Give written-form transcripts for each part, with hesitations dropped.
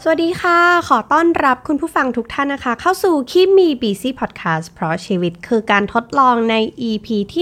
วัสดีค่ะขอต้อนรับคุณผู้ฟังทุกท่านนะคะเข้าสู่คิมมีบีซี่พอดแคสต์เพราะชีวิตคือการทดลองใน EP ที่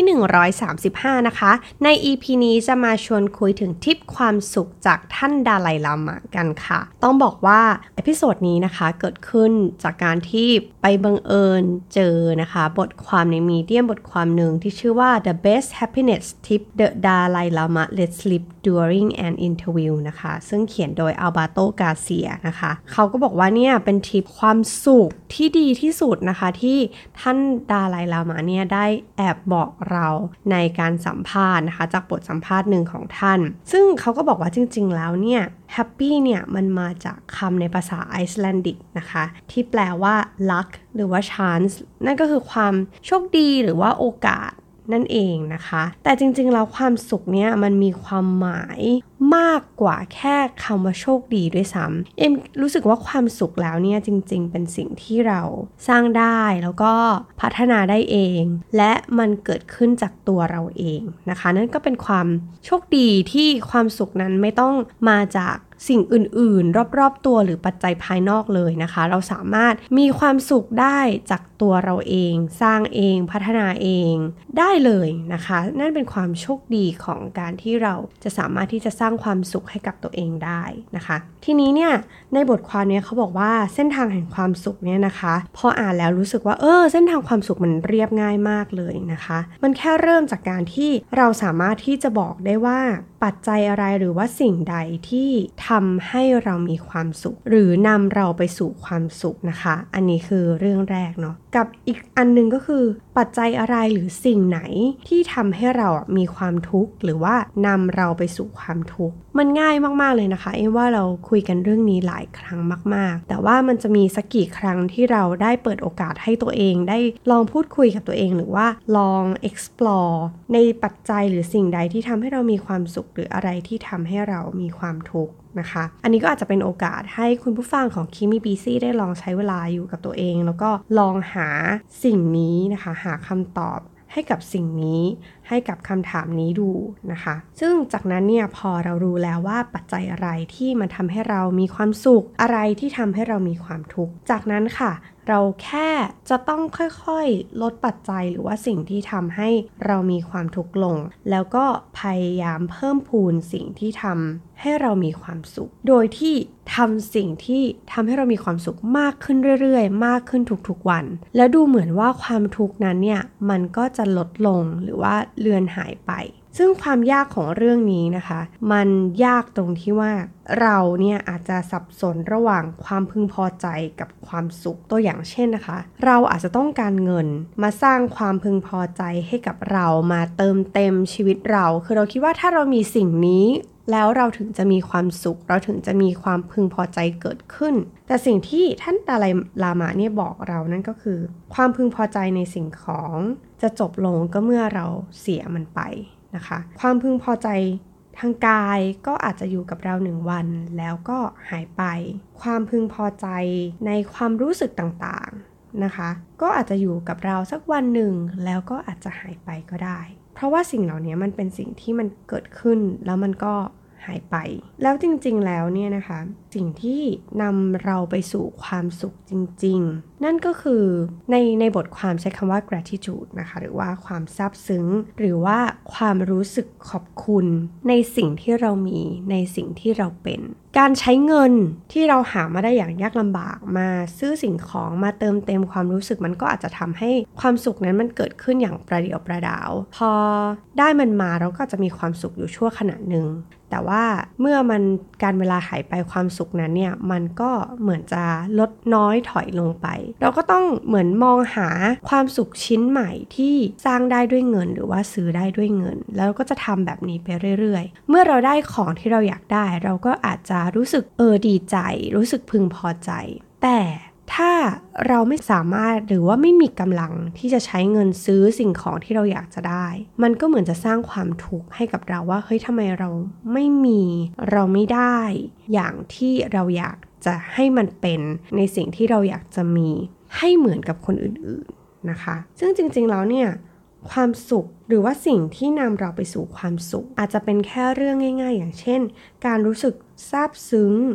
135นะคะใน EP นี้จะมาชวนคุยถึงทิปความสุขจากท่านดาไลลามะกันค่ะต้องบอกว่าเอพิโซดนี้นะคะเกิดขึ้นจากการที่ไปบังเอิญเจอนะคะบทความในมีเดียมบทความหนึ่งที่ชื่อว่า The Best Happiness Tip The Dalai Lama Let Sleep During an Interview นะคะซึ่งเขียนโดยอัลบาโต กาเซียนะคะเขาก็บอกว่าเนี่ยเป็นทิปความสุขที่ดีที่สุดนะคะที่ท่านดาไลลามะเนี่ยได้แอบบอกเราในการสัมภาษณ์นะคะจากบทสัมภาษณ์หนึ่งของท่านซึ่งเขาก็บอกว่าจริงๆแล้วเนี่ยแฮปปี้เนี่ยมันมาจากคำในภาษาไอซ์แลนดิกนะคะที่แปลว่า luck หรือว่า chance นั่นก็คือความโชคดีหรือว่าโอกาสนั่นเองนะคะแต่จริงๆแล้วความสุขเนี่ยมันมีความหมายมากกว่าแค่คำว่าโชคดีด้วยซ้ำเอ็มรู้สึกว่าความสุขแล้วเนี่ยจริงๆเป็นสิ่งที่เราสร้างได้แล้วก็พัฒนาได้เองและมันเกิดขึ้นจากตัวเราเองนะคะนั่นก็เป็นความโชคดีที่ความสุขนั้นไม่ต้องมาจากสิ่งอื่นๆรอบๆตัวหรือปัจจัยภายนอกเลยนะคะเราสามารถมีความสุขได้จากตัวเราเองสร้างเองพัฒนาเองได้เลยนะคะนั่นเป็นความโชคดีของการที่เราจะสามารถที่จะสร้างความสุขให้กับตัวเองได้นะคะทีนี้เนี่ยในบทความนี้เขาบอกว่าเส้นทางแห่งความสุขเนี่ยนะคะพออ่านแล้วรู้สึกว่าเส้นทางความสุขมันเรียบง่ายมากเลยนะคะมันแค่เริ่มจากการที่เราสามารถที่จะบอกได้ว่าปัจจัยอะไรหรือว่าสิ่งใดที่ทำให้เรามีความสุขหรือนำเราไปสู่ความสุขนะคะอันนี้คือเรื่องแรกเนาะกับอีกอันนึงก็คือปัจจัยอะไรหรือสิ่งไหนที่ทำให้เรามีความทุกข์หรือว่านำเราไปสู่ความทุกข์มันง่ายมากๆเลยนะคะเอ็มว่าเราคุยกันเรื่องนี้หลายครั้งมากๆแต่ว่ามันจะมีสักกี่ครั้งที่เราได้เปิดโอกาสให้ตัวเองได้ลองพูดคุยกับตัวเองหรือว่าลอง explore ในปัจจัยหรือสิ่งใดที่ทำให้เรามีความสุขหรืออะไรที่ทำให้เรามีความทุกข์นะคะอันนี้ก็อาจจะเป็นโอกาสให้คุณผู้ฟังของคิมิบีซี่ได้ลองใช้เวลาอยู่กับตัวเองแล้วก็ลองหาสิ่งนี้นะคะหาคำตอบให้กับสิ่งนี้ให้กับคำถามนี้ดูนะคะซึ่งจากนั้นเนี่ยพอเรารู้แล้วว่าปัจจัยอะไรที่มันทำให้เรามีความสุขอะไรที่ทำให้เรามีความทุกข์จากนั้นค่ะเราแค่จะต้องค่อยๆลดปัจจัยหรือว่าสิ่งที่ทำให้เรามีความทุกข์ลงแล้วก็พยายามเพิ่มพูนสิ่งที่ทำให้เรามีความสุขโดยที่ทำสิ่งที่ทำให้เรามีความสุขมากขึ้นเรื่อยๆมากขึ้นทุกๆวันแล้วดูเหมือนว่าความทุกข์นั้นเนี่ยมันก็จะลดลงหรือว่าเลือนหายไปซึ่งความยากของเรื่องนี้นะคะมันยากตรงที่ว่าเราเนี่ยอาจจะสับสนระหว่างความพึงพอใจกับความสุขตัวอย่างเช่นนะคะเราอาจจะต้องการเงินมาสร้างความพึงพอใจให้กับเรามาเติมเต็มชีวิตเราคือเราคิดว่าถ้าเรามีสิ่งนี้แล้วเราถึงจะมีความสุขเราถึงจะมีความพึงพอใจเกิดขึ้นแต่สิ่งที่ท่านดาไลลามะเนี่ยบอกเรานั่นก็คือความพึงพอใจในสิ่งของจะจบลงก็เมื่อเราเสียมันไปนะคะความพึงพอใจทางกายก็อาจจะอยู่กับเรา1 วันแล้วก็หายไปความพึงพอใจในความรู้สึกต่างๆนะคะก็อาจจะอยู่กับเราสักวันหนึ่งแล้วก็อาจจะหายไปก็ได้เพราะว่าสิ่งเหล่านี้มันเป็นสิ่งที่มันเกิดขึ้นแล้วมันก็หายไปแล้วจริงๆแล้วเนี่ยนะคะสิ่งที่นำเราไปสู่ความสุขจริงๆนั่นก็คือในบทความใช้คำว่า gratitude นะคะหรือว่าความซาบซึ้งหรือว่าความรู้สึกขอบคุณในสิ่งที่เรามีในสิ่งที่เราเป็นการใช้เงินที่เราหามาได้อย่างยากลำบากมาซื้อสิ่งของมาเติมเต็มความรู้สึกมันก็อาจจะทำให้ความสุขนั้นมันเกิดขึ้นอย่างประเดี่ยวประดาวพอได้มันมาเราก็จะมีความสุขอยู่ชั่วขณะหนึ่งแต่ว่าเมื่อมันการเวลาหายไปความสุขนั้นเนี่ยมันก็เหมือนจะลดน้อยถอยลงไปเราก็ต้องเหมือนมองหาความสุขชิ้นใหม่ที่สร้างได้ด้วยเงินหรือว่าซื้อได้ด้วยเงินแล้วก็จะทำแบบนี้ไปเรื่อยๆเมื่อเราได้ของที่เราอยากได้เราก็อาจจะรู้สึกดีใจรู้สึกพึงพอใจแต่ถ้าเราไม่สามารถหรือว่าไม่มีกำลังที่จะใช้เงินซื้อสิ่งของที่เราอยากจะได้มันก็เหมือนจะสร้างความทุกข์ให้กับเราว่าเฮ้ยทำไมเราไม่มีเราไม่ได้อย่างที่เราอยากจะให้มันเป็นในสิ่งที่เราอยากจะมีให้เหมือนกับคนอื่นๆนะคะซึ่งจริงๆแล้วเนี่ยความสุขหรือว่าสิ่งที่นำเราไปสู่ความสุขอาจจะเป็นแค่เรื่องง่ายๆอย่างเช่นการรู้สึกซาบซึ้ง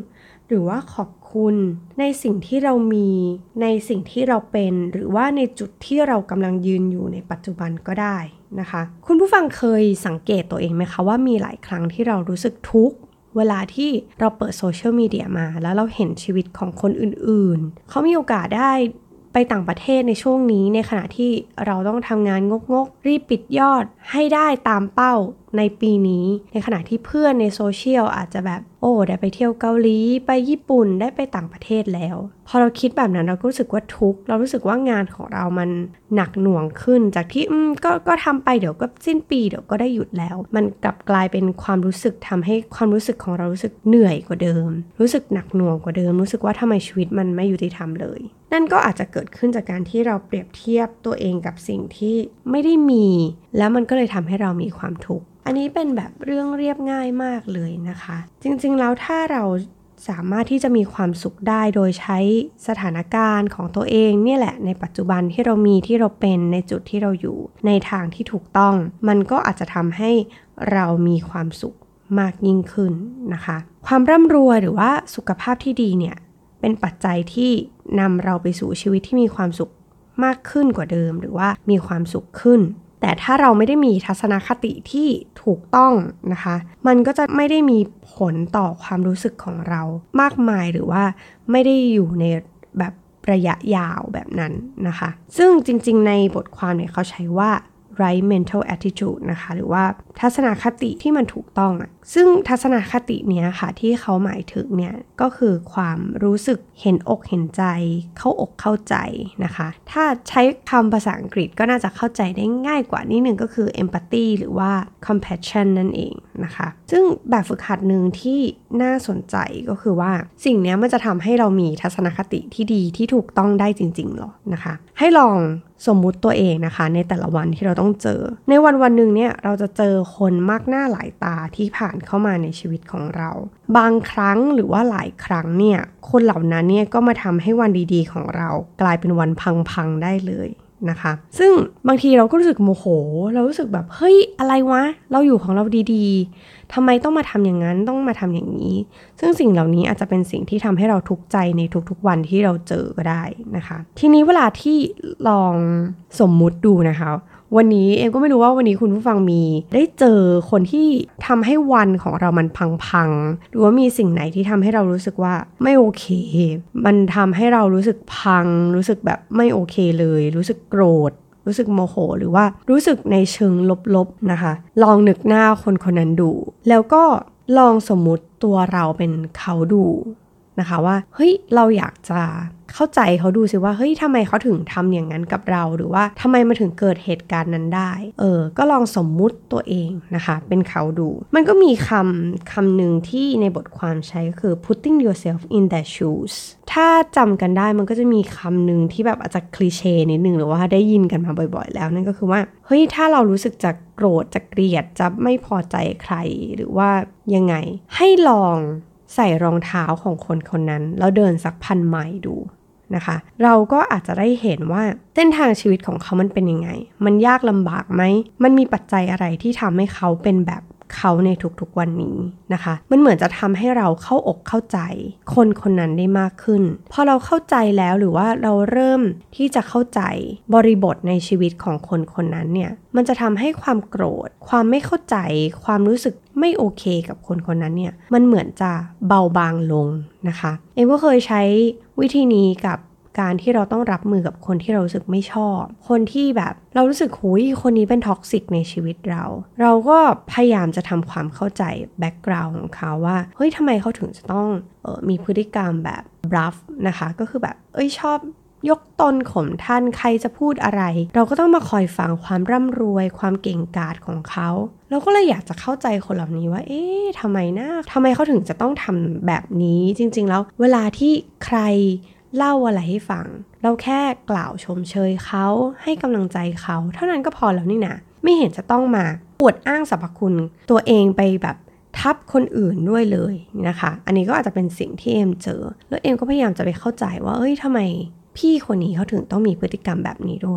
หรือว่าขอบคุณในสิ่งที่เรามีในสิ่งที่เราเป็นหรือว่าในจุดที่เรากำลังยืนอยู่ในปัจจุบันก็ได้นะคะคุณผู้ฟังเคยสังเกตตัวเองไหมคะว่ามีหลายครั้งที่เรารู้สึกทุกข์เวลาที่เราเปิดโซเชียลมีเดียมาแล้วเราเห็นชีวิตของคนอื่นๆเขามีโอกาสได้ไปต่างประเทศในช่วงนี้ในขณะที่เราต้องทำงานงกๆรีบปิดยอดให้ได้ตามเป้าในปีนี้ในขณะที่เพื่อนในโซเชียลอาจจะแบบได้ไปเที่ยวเกาหลีไปญี่ปุ่นได้ไปต่างประเทศแล้วพอเราคิดแบบนั้นเราก็รู้สึกว่าทุกข์เรารู้สึกว่างานของเรามันหนักหน่วงขึ้นจากที่ก็ทำไปเดี๋ยวก็สิ้นปีเดี๋ยวก็ได้หยุดแล้วมันกลับกลายเป็นความรู้สึกทำให้ความรู้สึกของเรารู้สึกเหนื่อยกว่าเดิมรู้สึกหนักหน่วงกว่าเดิมรู้สึกว่าทำไมชีวิตมันไม่ยุติธรรมเลยนั่นก็อาจจะเกิดขึ้นจากการที่เราเปรียบเทียบตัวเองกับสิ่งที่ไม่ได้มีแล้วมันก็เลยทำให้เรามีความทุกข์อันนี้เป็นแบบเรื่องเรียบง่ายมากเลยนะคะจริงๆแล้วถ้าเราสามารถที่จะมีความสุขได้โดยใช้สถานการณ์ของตัวเองเนี่ยแหละในปัจจุบันที่เรามีที่เราเป็นในจุดที่เราอยู่ในทางที่ถูกต้องมันก็อาจจะทำให้เรามีความสุขมากยิ่งขึ้นนะคะความร่ำรวยหรือว่าสุขภาพที่ดีเนี่ยเป็นปัจจัยที่นำเราไปสู่ชีวิตที่มีความสุขมากขึ้นกว่าเดิมหรือว่ามีความสุขขึ้นแต่ถ้าเราไม่ได้มีทัศนคติที่ถูกต้องนะคะมันก็จะไม่ได้มีผลต่อความรู้สึกของเรามากมายหรือว่าไม่ได้อยู่ในแบบระยะยาวแบบนั้นนะคะซึ่งจริงๆในบทความเนี่ยเขาใช้ว่า right mental attitude นะคะหรือว่าทัศนคติที่มันถูกต้องซึ่งทัศนคติเนี้ยค่ะที่เขาหมายถึงเนี่ยก็คือความรู้สึกเห็นอกเห็นใจเข้าอกเข้าใจนะคะถ้าใช้คำภาษาอังกฤษก็น่าจะเข้าใจได้ง่ายกว่านิดนึงก็คือ empathy หรือว่า compassion นั่นเองนะคะซึ่งแบบฝึกหัดหนึ่งที่น่าสนใจก็คือว่าสิ่งนี้มันจะทำให้เรามีทัศนคติที่ดีที่ถูกต้องได้จริงๆหรอนะคะให้ลองสมมุติตัวเองนะคะในแต่ละวันที่เราต้องเจอในวันหนึ่งเนี่ยเราจะเจอคนมากหน้าหลายตาที่ผ่านเข้ามาในชีวิตของเราบางครั้งหรือว่าหลายครั้งเนี่ยคนเหล่านั้นเนี่ยก็มาทำให้วันดีๆของเรากลายเป็นวันพังๆได้เลยนะคะซึ่งบางทีเราก็รู้สึกโมโหเรารู้สึกแบบเฮ้ยอะไรวะเราอยู่ของเราดีๆทำไมต้องมาทำอย่างนั้นต้องมาทำอย่างนี้ซึ่งสิ่งเหล่านี้อาจจะเป็นสิ่งที่ทำให้เราทุกข์ใจในทุกๆวันที่เราเจอก็ได้นะคะทีนี้เวลาที่ลองสมมุติดูนะคะวันนี้เอ็มก็ไม่รู้ว่าวันนี้คุณผู้ฟังมีได้เจอคนที่ทำให้วันของเรามันพังๆหรือว่ามีสิ่งไหนที่ทำให้เรารู้สึกว่าไม่โอเคมันทำให้เรารู้สึกพังรู้สึกแบบไม่โอเคเลยรู้สึกโกรธรู้สึกโมโหหรือว่ารู้สึกในเชิงลบๆนะคะลองนึกหน้าคนคนนั้นดูแล้วก็ลองสมมุติตัวเราเป็นเขาดูนะคะว่าเฮ้ยเราอยากจะเข้าใจเขาดูสิว่าเฮ้ยทำไมเขาถึงทำอย่างนั้นกับเราหรือว่าทำไมมาถึงเกิดเหตุการณ์นั้นได้ก็ลองสมมุติตัวเองนะคะเป็นเขาดูมันก็มีคำหนึ่งที่ในบทความใช้คือ putting yourself in their shoes ถ้าจำกันได้มันก็จะมีคำหนึ่งที่แบบอาจจะคลีเช่นิดนึงหรือว่าได้ยินกันมาบ่อยๆแล้วนั่นก็คือว่าเฮ้ยถ้าเรารู้สึกจะโกรธจะเกลียดจะไม่พอใจใครหรือว่ายังไงให้ลองใส่รองเท้าของคนคนนั้นแล้วเดินสัก1,000 ไมล์ดูนะคะเราก็อาจจะได้เห็นว่าเส้นทางชีวิตของเขามันเป็นยังไงมันยากลำบากไหมมันมีปัจจัยอะไรที่ทำให้เขาเป็นแบบเขาในทุกๆวันนี้นะคะมันเหมือนจะทำให้เราเข้าอกเข้าใจคนคนนั้นได้มากขึ้นพอเราเข้าใจแล้วหรือว่าเราเริ่มที่จะเข้าใจบริบทในชีวิตของคนคนนั้นเนี่ยมันจะทำให้ความโกรธความไม่เข้าใจความรู้สึกไม่โอเคกับคนคนนั้นเนี่ยมันเหมือนจะเบาบางลงนะคะเอ็มก็เคยใช้วิธีนี้กับการที่เราต้องรับมือกับคนที่เรารู้สึกไม่ชอบคนที่แบบเรารู้สึกหุยคนนี้เป็นท็อกซิกในชีวิตเราก็พยายามจะทำความเข้าใจแบ็กกราวด์ของเขาว่าเฮ้ยทำไมเขาถึงจะต้องมีพฤติกรรมแบบบลัฟนะคะก็คือแบบชอบยกตนข่มท่านใครจะพูดอะไรเราก็ต้องมาคอยฟังความร่ำรวยความเก่งกาจของเขาเราก็เลยอยากจะเข้าใจคนเหล่านี้ว่าทำไมเขาถึงจะต้องทำแบบนี้จริงๆแล้วเวลาที่ใครเล่าอะไรให้ฟังเราแค่กล่าวชมเชยเขาให้กำลังใจเขาเท่านั้นก็พอแล้วนี่นะไม่เห็นจะต้องมาอวดอ้างสรรพคุณตัวเองไปแบบทับคนอื่นด้วยเลยนะคะอันนี้ก็อาจจะเป็นสิ่งที่เอ็มเจอแล้วเอ็มก็พยายามจะไปเข้าใจว่าทำไมพี่คนนี้เขาถึงต้องมีพฤติกรรมแบบนี้ด้วย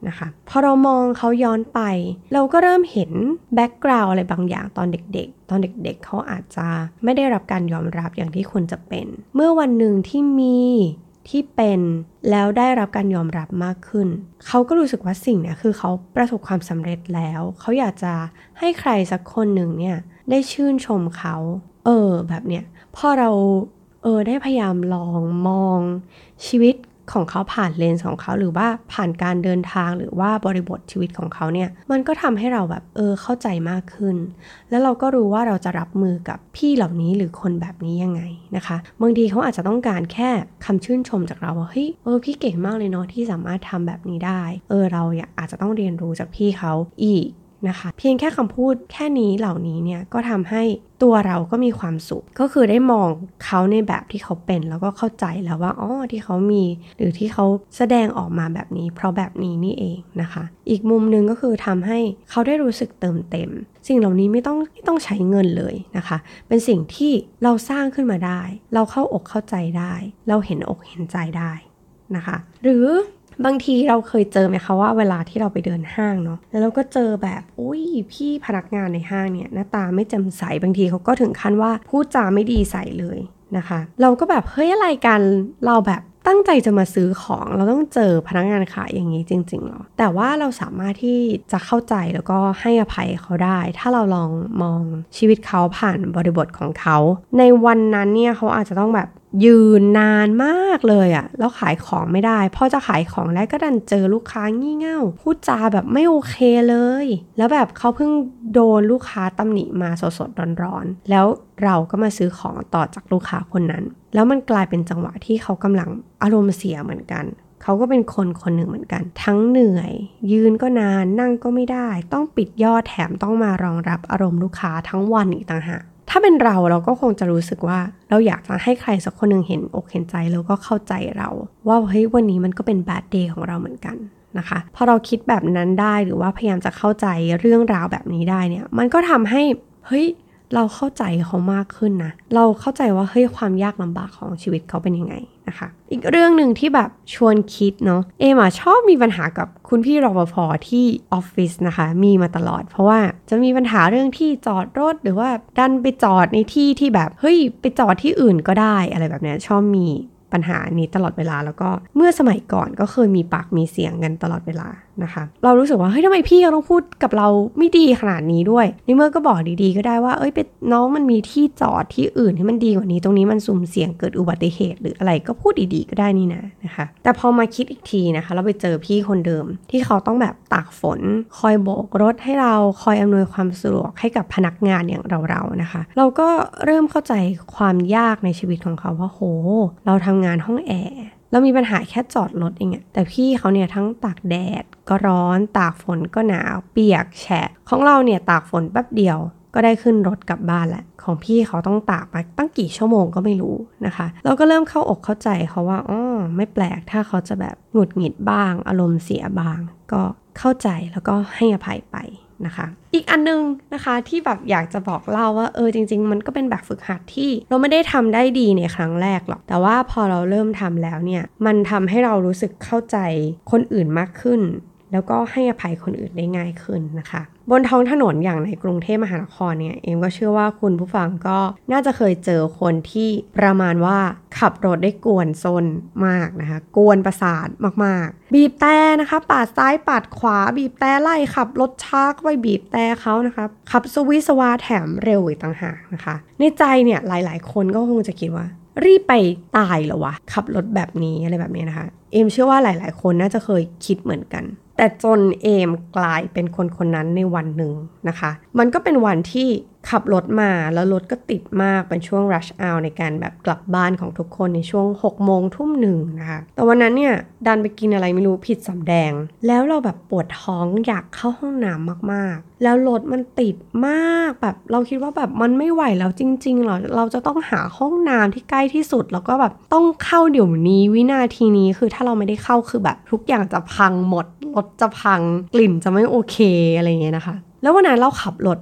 นะคะพอเรามองเขาย้อนไปเราก็เริ่มเห็นแบ็กกราวด์อะไรบางอย่างตอนเด็กๆเขาอาจจะไม่ได้รับการยอมรับอย่างที่ควรจะเป็นเมื่อวันหนึ่งที่เป็นแล้วได้รับการยอมรับมากขึ้นเขาก็รู้สึกว่าสิ่งนี้คือเขาประสบความสำเร็จแล้วเขาอยากจะให้ใครสักคนหนึ่งเนี่ยได้ชื่นชมเขาแบบเนี้ยพอเราได้พยายามลองมองชีวิตของเขาผ่านเลนส์ของเขาหรือว่าผ่านการเดินทางหรือว่าบริบทชีวิตของเขาเนี่ยมันก็ทำให้เราแบบเข้าใจมากขึ้นแล้วเราก็รู้ว่าเราจะรับมือกับพี่เหล่านี้หรือคนแบบนี้ยังไงนะคะบางทีเขาอาจจะต้องการแค่คำชื่นชมจากเราว่าเฮ้ยพี่เก่งมากเลยเนาะที่สามารถทำแบบนี้ได้เราอาจจะต้องเรียนรู้จากพี่เขาอีกนะคะเพียงแค่คำพูดแค่นี้เหล่านี้เนี่ยก็ทำให้ตัวเราก็มีความสุขก็คือได้มองเขาในแบบที่เขาเป็นแล้วก็เข้าใจแล้วว่าที่เขามีหรือที่เขาแสดงออกมาแบบนี้เพราะแบบนี้นี่เองนะคะอีกมุมนึงก็คือทำให้เขาได้รู้สึกเติมเต็มสิ่งเหล่านี้ไม่ต้องใช้เงินเลยนะคะเป็นสิ่งที่เราสร้างขึ้นมาได้เราเข้าอกเข้าใจได้เราเห็นอกเห็นใจได้นะคะหรือบางทีเราเคยเจอไหมคะว่าเวลาที่เราไปเดินห้างเนาะแล้วเราก็เจอแบบพี่พนักงานในห้างเนี่ยหน้าตาไม่แจ่มใสบางทีเขาก็ถึงขั้นว่าพูดจาไม่ดีใส่เลยนะคะเราก็แบบเฮ้ยอะไรกันเราแบบตั้งใจจะมาซื้อของเราต้องเจอพนักงานขายอย่างนี้จริงๆหรอแต่ว่าเราสามารถที่จะเข้าใจแล้วก็ให้อภัยเขาได้ถ้าเราลองมองชีวิตเขาผ่านบริบทของเขาในวันนั้นเนี่ยเขาอาจจะต้องแบบยืนนานมากเลยอะแล้วขายของไม่ได้พอจะขายของแล้วก็ดันเจอลูกค้างี่เง่าพูดจาแบบไม่โอเคเลยแล้วแบบเขาเพิ่งโดนลูกค้าตำหนิมาสดๆร้อนๆแล้วเราก็มาซื้อของต่อจากลูกค้าคนนั้นแล้วมันกลายเป็นจังหวะที่เขากำลังอารมณ์เสียเหมือนกันเขาก็เป็นคนหนึ่งเหมือนกันทั้งเหนื่อยยืนก็นานนั่งก็ไม่ได้ต้องปิดยอดแถมต้องมารองรับอารมณ์ลูกค้าทั้งวันอีกต่างหากถ้าเป็นเราก็คงจะรู้สึกว่าเราอยากจะให้ใครสักคนหนึ่งเห็นอกเห็นใจแล้วก็เข้าใจเราว่าเฮ้ยวันนี้มันก็เป็น bad day ของเราเหมือนกันนะคะพอเราคิดแบบนั้นได้หรือว่าพยายามจะเข้าใจเรื่องราวแบบนี้ได้เนี่ยมันก็ทำให้เฮ้ยเราเข้าใจเขามากขึ้นนะเราเข้าใจว่าเฮ้ยความยากลำบากของชีวิตเขาเป็นยังไงนะคะอีกเรื่องหนึ่งที่แบบชวนคิดเนาะชอบมีปัญหากับคุณพี่รปภที่ออฟฟิศนะคะมีมาตลอดเพราะว่าจะมีปัญหาเรื่องที่จอดรถหรือว่าดันไปจอดในที่แบบเฮ้ยไปจอดที่อื่นก็ได้อะไรแบบนี้ชอบมีปัญหานี้ตลอดเวลาแล้วก็เมื่อสมัยก่อนก็เคยมีปากมีเสียงกันตลอดเวลานะคะเรารู้สึกว่าเฮ้ยทำไมพี่ต้องพูดกับเราไม่ดีขนาดนี้ด้วยในเมื่อก็บอกดีๆก็ได้ว่าไปน้องมันมีที่จอดที่อื่นที่มันดีกว่านี้ตรงนี้มันสุ่มเสี่ยงเกิดอุบัติเหตุหรืออะไรก็พูดดีๆก็ได้นี่นะคะแต่พอมาคิดอีกทีนะคะเราไปเจอพี่คนเดิมที่เขาต้องแบบตากฝนคอยโบกรถให้เราคอยอำนวยความสะดวกให้กับพนักงานอย่างเรานะคะเราก็เริ่มเข้าใจความยากในชีวิตของเขาว่าโหเราทำงานห้องแอร์เรามีปัญหาแค่จอดรถเองแต่พี่เขาเนี่ยทั้งตากแดดก็ร้อนตากฝนก็หนาวเปียกแฉะของเราเนี่ยตากฝนแป๊บเดียวก็ได้ขึ้นรถกลับบ้านแหละของพี่เขาต้องตากมาตั้งกี่ชั่วโมงก็ไม่รู้นะคะเราก็เริ่มเข้าอกเข้าใจเขาว่าไม่แปลกถ้าเขาจะแบบหงุดหงิดบ้างอารมณ์เสียบ้างก็เข้าใจแล้วก็ให้อภัยไปนะคะอีกอันนึงนะคะที่แบบอยากจะบอกเล่าว่าจริงๆมันก็เป็นแบบฝึกหัดที่เราไม่ได้ทำได้ดีในครั้งแรกหรอกแต่ว่าพอเราเริ่มทำแล้วเนี่ยมันทำให้เรารู้สึกเข้าใจคนอื่นมากขึ้นแล้วก็ให้อภัยคนอื่นได้ง่ายขึ้นนะคะบนท้องถนนอย่างในกรุงเทพมหานครเนี่ยก็เชื่อว่าคุณผู้ฟังก็น่าจะเคยเจอคนที่ประมาณว่าขับรถได้กวนซนมากนะคะกวนประสาทมากๆบีบแต่นะคะปาดซ้ายปาดขวาบีบแต่ไล่ขับรถช้าเข้าไปบีบแต่เขานะคะขับสวิสวาแถมเร็วอีกต่างหากนะคะในใจเนี่ยหลายๆคนก็คงจะคิดว่ารีบไปตายเหรอวะขับรถแบบนี้อะไรแบบนี้นะคะเชื่อว่าหลายๆคนน่าจะเคยคิดเหมือนกันแต่จนกลายเป็นคนนั้นในวันหนึ่งนะคะมันก็เป็นวันที่ขับรถมาแล้วรถก็ติดมากเป็นช่วง rush hour ในการแบบกลับบ้านของทุกคนในช่วง 6 โมงทุ่มหนึ่งนะคะแต่วันนั้นเนี่ยดันไปกินอะไรไม่รู้ผิดสำแดงแล้วเราแบบปวดท้องอยากเข้าห้องน้ำมากๆแล้วรถมันติดมากแบบเราคิดว่าแบบมันไม่ไหวแล้วจริงๆเราจะต้องหาห้องน้ำที่ใกล้ที่สุดแล้วก็แบบต้องเข้าเดี๋ยวนี้วินาทีนี้คือถ้าเราไม่ได้เข้าคือแบบทุกอย่างจะพังหมดรถจะพังกลิ่นจะไม่โอเคอะไรอย่างเงี้ยนะคะแล้ววันนั้นเราขับรถแบบ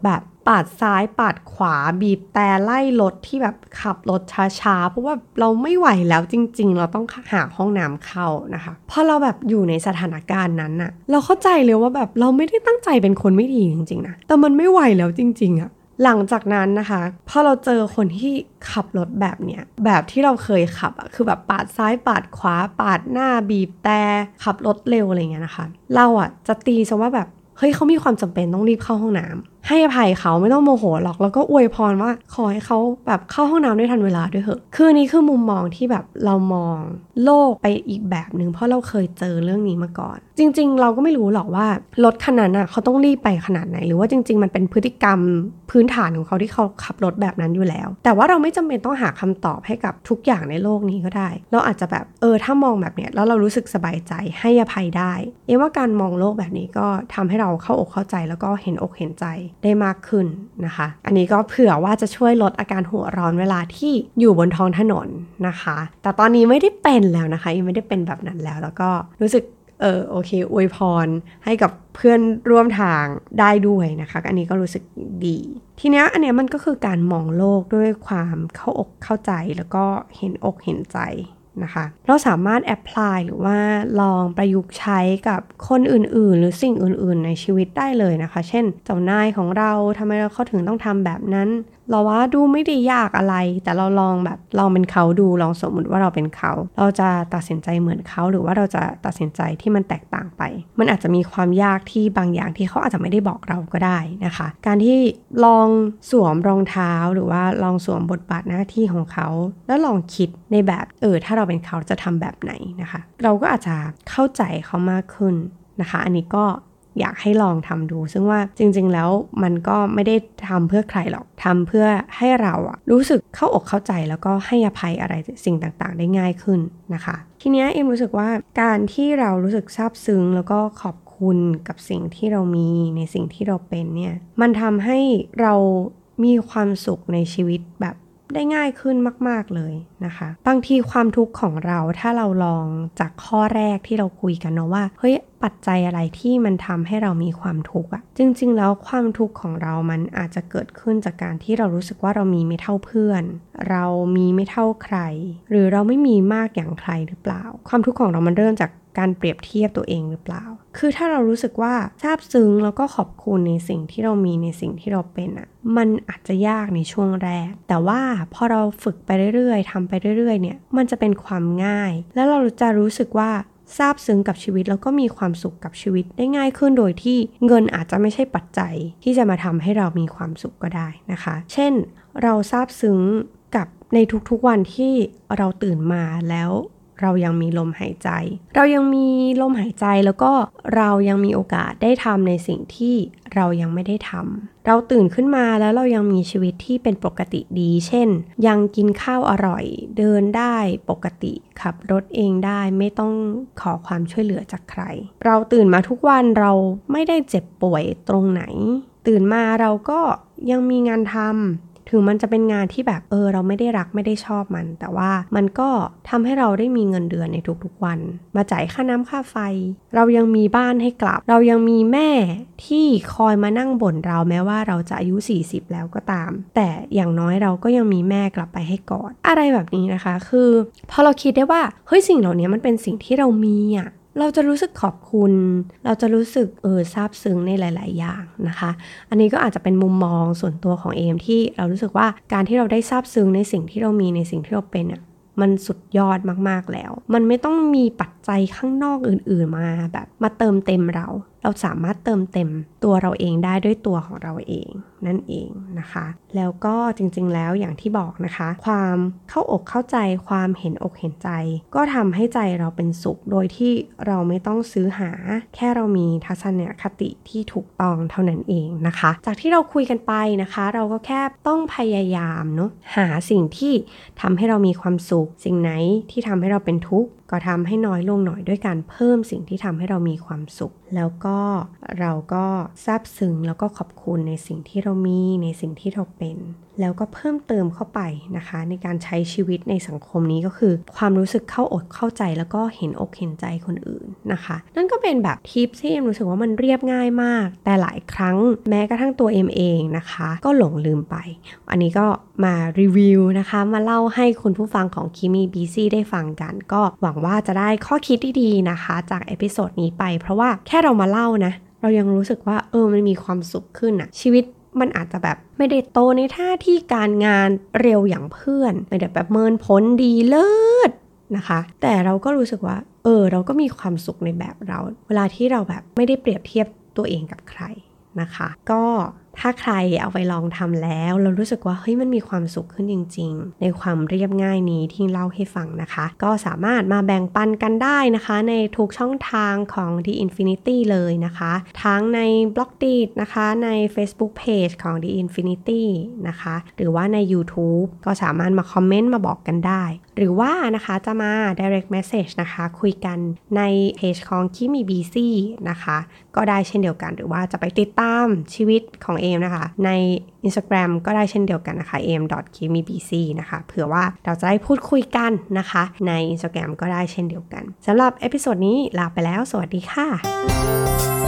ปาดซ้ายปาดขวาบีบแต่ไล่รถที่แบบขับรถช้าๆเพราะว่าเราไม่ไหวแล้วจริงๆเราต้องหาห้องน้ำเข้านะคะพอเราแบบอยู่ในสถานการณ์นั้นน่ะเราเข้าใจเลยว่าแบบเราไม่ได้ตั้งใจเป็นคนไม่ดีจริงๆนะแต่มันไม่ไหวแล้วจริงๆอะหลังจากนั้นนะคะพอเราเจอคนที่ขับรถแบบเนี้ยแบบที่เราเคยขับอะคือแบบปาดซ้ายปาดขวาปาดหน้าบีบแต่ขับรถเร็วอะไรเงี้ยนะคะเราอะจะตีซะว่าแบบเฮ้ยเขามีความจำเป็นต้องรีบเข้าห้องน้ำให้อภัยเขาไม่ต้องโมโหหรอกแล้วก็อวยพรว่าขอให้เขาแบบเข้าห้องน้ำได้ทันเวลาด้วยเหอะคือนี้คือมุมมองที่แบบเรามองโลกไปอีกแบบนึงเพราะเราเคยเจอเรื่องนี้มาก่อนจริงๆเราก็ไม่รู้หรอกว่ารถคันนั้นอ่ะเขาต้องรีบไปขนาดไหนหรือว่าจริงๆมันเป็นพฤติกรรมพื้นฐานของเขาที่เขาขับรถแบบนั้นอยู่แล้วแต่ว่าเราไม่จำเป็นต้องหาคำตอบให้กับทุกอย่างในโลกนี้ก็ได้เราอาจจะแบบถ้ามองแบบเนี้ยแล้วเรารู้สึกสบายใจให้อภัยได้ว่าการมองโลกแบบนี้ก็ทำให้เราเข้าอกเข้าใจแล้วก็เห็นอกเห็นใจได้มากขึ้นนะคะอันนี้ก็เผื่อว่าจะช่วยลดอาการหัวร้อนเวลาที่อยู่บนท้องถนนนะคะแต่ตอนนี้ไม่ได้เป็นแล้วนะคะยังไม่ได้เป็นแบบนั้นแล้วก็รู้สึกโอเคอวยพรให้กับเพื่อนร่วมทางได้ด้วยนะคะอันนี้ก็รู้สึกดีทีเนี้ยอันเนี้ยมันก็คือการมองโลกด้วยความเข้าอกเข้าใจแล้วก็เห็นอกเห็นใจนะคะเราสามารถแอพพลายหรือว่าลองประยุกต์ใช้กับคนอื่นๆหรือสิ่งอื่นๆในชีวิตได้เลยนะคะเช่นเจ้านายของเราทำไมเขาถึงต้องทำแบบนั้นเราว่าดูไม่ได้ยากอะไรแต่เราลองเป็นเขาดูลองสมมติว่าเราเป็นเขาเราจะตัดสินใจเหมือนเขาหรือว่าเราจะตัดสินใจที่มันแตกต่างไปมันอาจจะมีความยากที่บางอย่างที่เขาอาจจะไม่ได้บอกเราก็ได้นะคะการที่ลองสวมรองเท้าหรือว่าลองสวมบทบาทหน้าที่ของเขาแล้วลองคิดในแบบถ้าเราเป็นเขาจะทำแบบไหนนะคะเราก็อาจจะเข้าใจเขามากขึ้นนะคะอันนี้ก็อยากให้ลองทำดูซึ่งว่าจริงๆแล้วมันก็ไม่ได้ทำเพื่อใครหรอกทำเพื่อให้เรารู้สึกเข้าอกเข้าใจแล้วก็ให้อภัยอะไรสิ่งต่างๆได้ง่ายขึ้นนะคะทีนี้เอ็มรู้สึกว่าการที่เรารู้สึกซาบซึ้งแล้วก็ขอบคุณกับสิ่งที่เรามีในสิ่งที่เราเป็นเนี่ยมันทำให้เรามีความสุขในชีวิตแบบได้ง่ายขึ้นมากๆเลยนะคะบางทีความทุกข์ของเราถ้าเราลองจากข้อแรกที่เราคุยกันเนาะว่าเฮ้ยปัจจัยอะไรที่มันทำให้เรามีความทุกข์จริงๆแล้วความทุกข์ของเรามันอาจจะเกิดขึ้นจากการที่เรารู้สึกว่าเรามีไม่เท่าเพื่อนเรามีไม่เท่าใครหรือเราไม่มีมากอย่างใครหรือเปล่าความทุกข์ของเรามันเริ่มจากการเปรียบเทียบตัวเองหรือเปล่าคือถ้าเรารู้สึกว่าซาบซึ้งแล้วก็ขอบคุณในสิ่งที่เรามีในสิ่งที่เราเป็นมันอาจจะยากในช่วงแรกแต่ว่าพอเราฝึกไปเรื่อยๆทำไปเรื่อยๆเนี่ยมันจะเป็นความง่ายแล้วเราจะรู้สึกว่าซาบซึ้งกับชีวิตแล้วก็มีความสุขกับชีวิตได้ง่ายขึ้นโดยที่เงินอาจจะไม่ใช่ปัจจัยที่จะมาทำให้เรามีความสุขก็ได้นะคะเช่นเราซาบซึ้งกับในทุกๆวันที่เราตื่นมาแล้วเรายังมีลมหายใจเรายังมีลมหายใจแล้วก็เรายังมีโอกาสได้ทำในสิ่งที่เรายังไม่ได้ทำเราตื่นขึ้นมาแล้วเรายังมีชีวิตที่เป็นปกติดีเช่นยังกินข้าวอร่อยเดินได้ปกติขับรถเองได้ไม่ต้องขอความช่วยเหลือจากใครเราตื่นมาทุกวันเราไม่ได้เจ็บป่วยตรงไหนตื่นมาเราก็ยังมีงานทำถึงมันจะเป็นงานที่แบบเราไม่ได้รักไม่ได้ชอบมันแต่ว่ามันก็ทำให้เราได้มีเงินเดือนในทุกๆวันมาจ่ายค่าน้ำค่าไฟเรายังมีบ้านให้กลับเรายังมีแม่ที่คอยมานั่งบ่นเราแม้ว่าเราจะอายุ40แล้วก็ตามแต่อย่างน้อยเราก็ยังมีแม่กลับไปให้กอดอะไรแบบนี้นะคะคือพอเราคิดได้ว่าเฮ้ยสิ่งเหล่านี้มันเป็นสิ่งที่เรามีเราจะรู้สึกขอบคุณเราจะรู้สึกซาบซึ้งในหลายๆอย่างนะคะอันนี้ก็อาจจะเป็นมุมมองส่วนตัวของเอมที่เรารู้สึกว่าการที่เราได้ซาบซึ้งในสิ่งที่เรามีในสิ่งที่เราเป็นมันสุดยอดมากๆแล้วมันไม่ต้องมีปัจจัยข้างนอกอื่นๆมาเติมเต็มเราสามารถเติมเต็มตัวเราเองได้ด้วยตัวของเราเองนั่นเองนะคะแล้วก็จริงๆแล้วอย่างที่บอกนะคะความเข้าอกเข้าใจความเห็นอกเห็นใจก็ทำให้ใจเราเป็นสุขโดยที่เราไม่ต้องซื้อหาแค่เรามีทัศนคติที่ถูกต้องเท่านั้นเองนะคะจากที่เราคุยกันไปนะคะเราก็แค่ต้องพยายามเนาะหาสิ่งที่ทำให้เรามีความสุขสิ่งไหนที่ทำให้เราเป็นทุกข์ก็ทำให้น้อยลงหน่อยด้วยการเพิ่มสิ่งที่ทำให้เรามีความสุขแล้วก็เราก็ซาบซึ้งแล้วก็ขอบคุณในสิ่งที่เรามีในสิ่งที่เราเป็นแล้วก็เพิ่มเติมเข้าไปนะคะในการใช้ชีวิตในสังคมนี้ก็คือความรู้สึกเข้าอกเข้าใจแล้วก็เห็นอกเห็นใจคนอื่นนะคะนั่นก็เป็นแบบทิปที่เอ็มรู้สึกว่ามันเรียบง่ายมากแต่หลายครั้งแม้กระทั่งตัวเอ็มเองนะคะก็หลงลืมไปอันนี้ก็มารีวิวนะคะมาเล่าให้คุณผู้ฟังของคิมิบีซี่ได้ฟังกันก็หวังว่าจะได้ข้อคิดดีๆนะคะจากเอพิโซดนี้ไปเพราะว่าแค่เรามาเล่านะเรายังรู้สึกว่ามันมีความสุขขึ้นอะชีวิตมันอาจจะแบบไม่ได้โตในท่าที่การงานเร็วอย่างเพื่อนไม่ได้แบบเมินพ้นดีเลิศนะคะแต่เราก็รู้สึกว่าเราก็มีความสุขในแบบเราเวลาที่เราแบบไม่ได้เปรียบเทียบตัวเองกับใครนะคะก็ถ้าใครเอาไปลองทำแล้วเรารู้สึกว่าเฮ้ยมันมีความสุขขึ้นจริงๆในความเรียบง่ายนี้ที่เล่าให้ฟังนะคะก็สามารถมาแบ่งปันกันได้นะคะในทุกช่องทางของ The Infinity เลยนะคะทั้งใน Blogdit นะคะใน Facebook Page ของ The Infinity นะคะหรือว่าใน YouTube ก็สามารถมาคอมเมนต์มาบอกกันได้หรือว่านะคะจะมา direct message นะคะคุยกันในเพจของคิมิบีซี่นะคะก็ได้เช่นเดียวกันหรือว่าจะไปติดตามชีวิตของเอมนะคะใน Instagram ก็ได้เช่นเดียวกันนะคะ am.kimibc นะคะเผื่อว่าเราจะได้พูดคุยกันนะคะใน Instagram ก็ได้เช่นเดียวกันสำหรับเอพิโซดนี้ลาไปแล้วสวัสดีค่ะ